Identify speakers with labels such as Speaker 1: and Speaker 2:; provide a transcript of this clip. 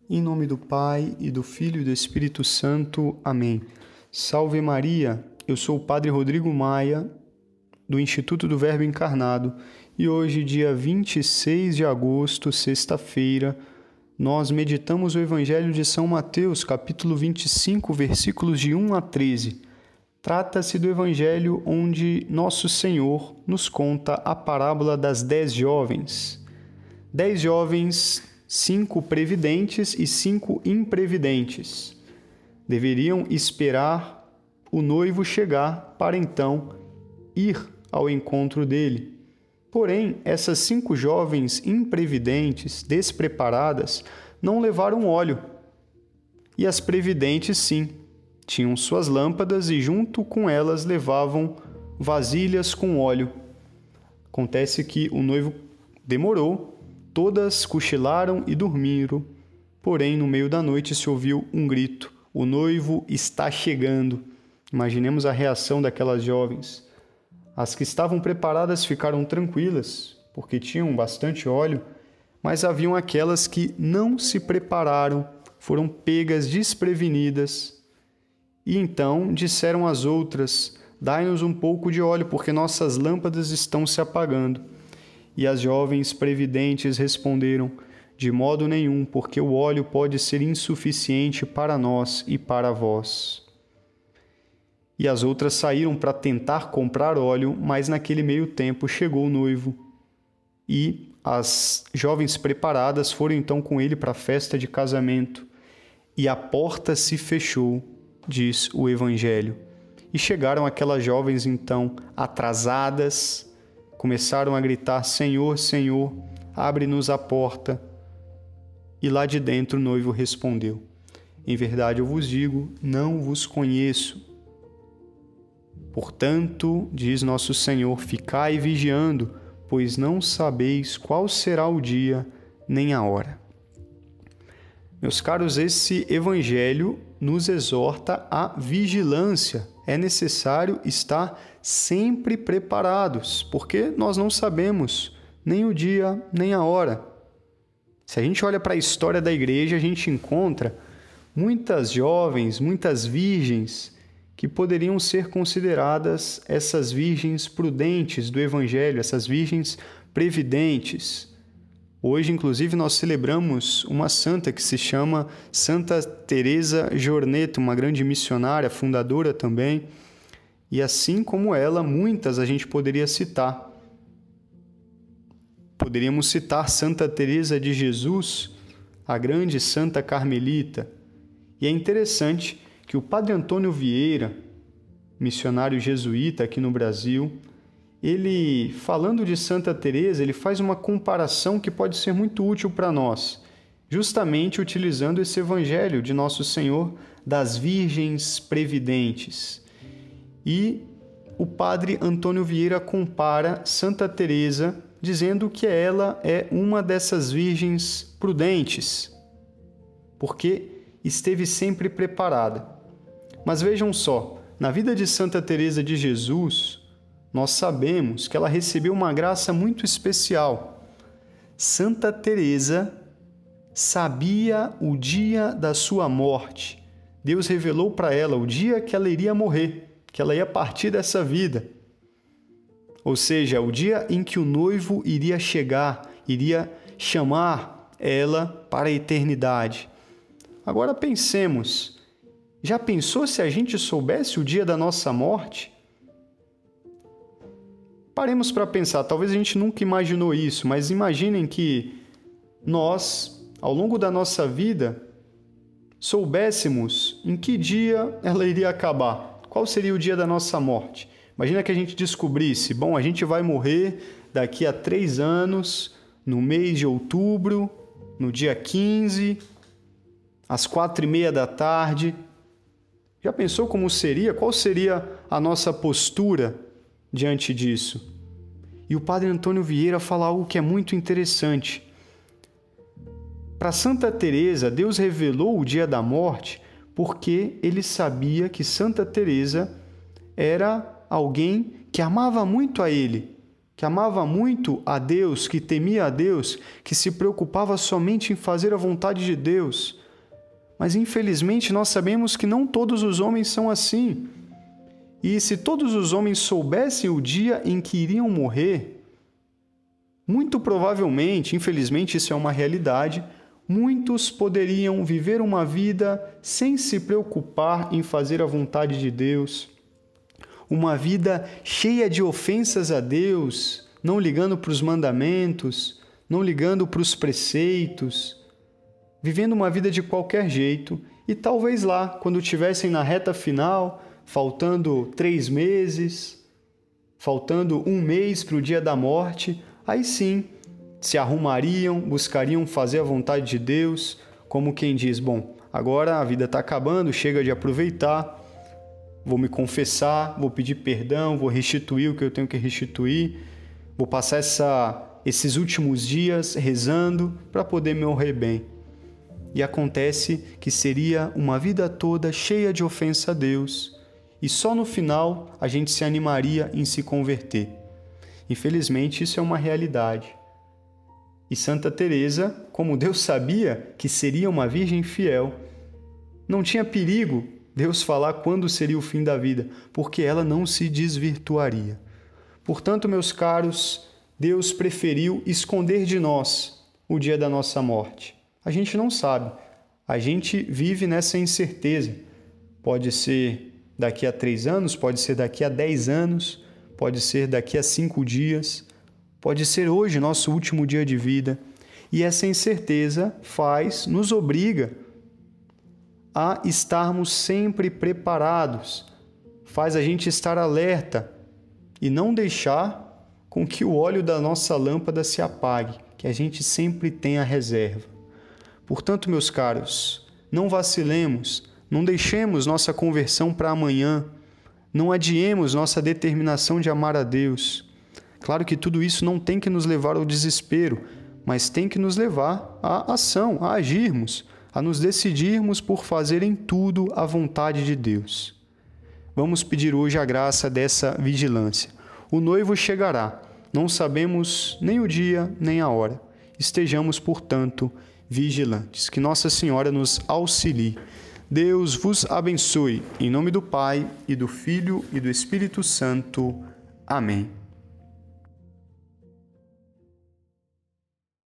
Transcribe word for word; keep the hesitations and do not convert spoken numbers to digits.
Speaker 1: Em nome do Pai, e do Filho e do Espírito Santo. Amém. Salve Maria, eu sou o Padre Rodrigo Maia, do Instituto do Verbo Encarnado, e hoje, dia vinte e seis de agosto, sexta-feira, nós meditamos o Evangelho de São Mateus, capítulo vinte e cinco, versículos de um a treze. Trata-se do Evangelho onde Nosso Senhor nos conta a parábola das dez jovens. Dez jovens, cinco previdentes e cinco imprevidentes. Deveriam esperar o noivo chegar para então ir ao encontro dele. Porém, essas cinco jovens imprevidentes, despreparadas, não levaram óleo. E as previdentes, sim, tinham suas lâmpadas e junto com elas levavam vasilhas com óleo. Acontece que o noivo demorou, todas cochilaram e dormiram, porém no meio da noite se ouviu um grito: o noivo está chegando. Imaginemos a reação daquelas jovens. As que estavam preparadas ficaram tranquilas, porque tinham bastante óleo, mas haviam aquelas que não se prepararam, foram pegas desprevenidas. E então disseram às outras: dai-nos um pouco de óleo, porque nossas lâmpadas estão se apagando. E as jovens previdentes responderam: de modo nenhum, porque o óleo pode ser insuficiente para nós e para vós. E as outras saíram para tentar comprar óleo, mas naquele meio tempo chegou o noivo. E as jovens preparadas foram então com ele para a festa de casamento. E a porta se fechou, diz o Evangelho. E chegaram aquelas jovens então atrasadas, começaram a gritar: Senhor, Senhor, abre-nos a porta. E lá de dentro o noivo respondeu: em verdade eu vos digo, não vos conheço. Portanto, diz nosso Senhor, ficai vigiando, pois não sabeis qual será o dia nem a hora. Meus caros, esse Evangelho nos exorta à vigilância. É necessário estar sempre preparados, porque nós não sabemos nem o dia nem a hora. Se a gente olha para a história da igreja, a gente encontra muitas jovens, muitas virgens, que poderiam ser consideradas essas virgens prudentes do Evangelho, essas virgens previdentes. Hoje, inclusive, nós celebramos uma santa que se chama Santa Teresa Jornet, uma grande missionária, fundadora também. E assim como ela, muitas a gente poderia citar. Poderíamos citar Santa Teresa de Jesus, a grande santa carmelita. E é interessante que o Padre Antônio Vieira, missionário jesuíta aqui no Brasil, ele, falando de Santa Teresa, ele faz uma comparação que pode ser muito útil para nós, justamente utilizando esse Evangelho de Nosso Senhor das Virgens Previdentes. E o Padre Antônio Vieira compara Santa Teresa, dizendo que ela é uma dessas virgens prudentes, porque esteve sempre preparada. Mas vejam só, na vida de Santa Teresa de Jesus, nós sabemos que ela recebeu uma graça muito especial. Santa Teresa sabia o dia da sua morte. Deus revelou para ela o dia que ela iria morrer, que ela ia partir dessa vida. Ou seja, o dia em que o noivo iria chegar, iria chamar ela para a eternidade. Agora pensemos, já pensou se a gente soubesse o dia da nossa morte? Paremos para pensar, talvez a gente nunca imaginou isso, mas imaginem que nós, ao longo da nossa vida, soubéssemos em que dia ela iria acabar. Qual seria o dia da nossa morte? Imagina que a gente descobrisse, bom, a gente vai morrer daqui a três anos, no mês de outubro, no dia quinze, às quatro e meia da tarde. Já pensou como seria? Qual seria a nossa postura diante disso? E o Padre Antônio Vieira fala algo que é muito interessante. Para Santa Teresa, Deus revelou o dia da morte porque ele sabia que Santa Teresa era alguém que amava muito a ele, que amava muito a Deus, que temia a Deus, que se preocupava somente em fazer a vontade de Deus. Mas infelizmente nós sabemos que não todos os homens são assim. E se todos os homens soubessem o dia em que iriam morrer, muito provavelmente, infelizmente isso é uma realidade, muitos poderiam viver uma vida sem se preocupar em fazer a vontade de Deus, uma vida cheia de ofensas a Deus, não ligando para os mandamentos, não ligando para os preceitos, vivendo uma vida de qualquer jeito, e talvez lá, quando estivessem na reta final, faltando três meses, faltando um mês para o dia da morte, aí sim, se arrumariam, buscariam fazer a vontade de Deus, como quem diz, bom, agora a vida está acabando, chega de aproveitar, vou me confessar, vou pedir perdão, vou restituir o que eu tenho que restituir, vou passar essa, esses últimos dias rezando para poder me morrer bem. E acontece que seria uma vida toda cheia de ofensa a Deus, e só no final a gente se animaria em se converter. Infelizmente, isso é uma realidade. E Santa Teresa, como Deus sabia que seria uma virgem fiel, não tinha perigo Deus falar quando seria o fim da vida, porque ela não se desvirtuaria. Portanto, meus caros, Deus preferiu esconder de nós o dia da nossa morte. A gente não sabe, a gente vive nessa incerteza. Pode ser daqui a três anos, pode ser daqui a dez anos, pode ser daqui a cinco dias, pode ser hoje nosso último dia de vida. E essa incerteza faz, nos obriga a estarmos sempre preparados, faz a gente estar alerta e não deixar com que o óleo da nossa lâmpada se apague, que a gente sempre tenha reserva. Portanto, meus caros, não vacilemos, não deixemos nossa conversão para amanhã, não adiemos nossa determinação de amar a Deus. Claro que tudo isso não tem que nos levar ao desespero, mas tem que nos levar à ação, a agirmos, a nos decidirmos por fazer em tudo a vontade de Deus. Vamos pedir hoje a graça dessa vigilância. O noivo chegará, não sabemos nem o dia nem a hora. Estejamos, portanto, vigilantes. Que Nossa Senhora nos auxilie. Deus vos abençoe. Em nome do Pai, e do Filho, e do Espírito Santo. Amém.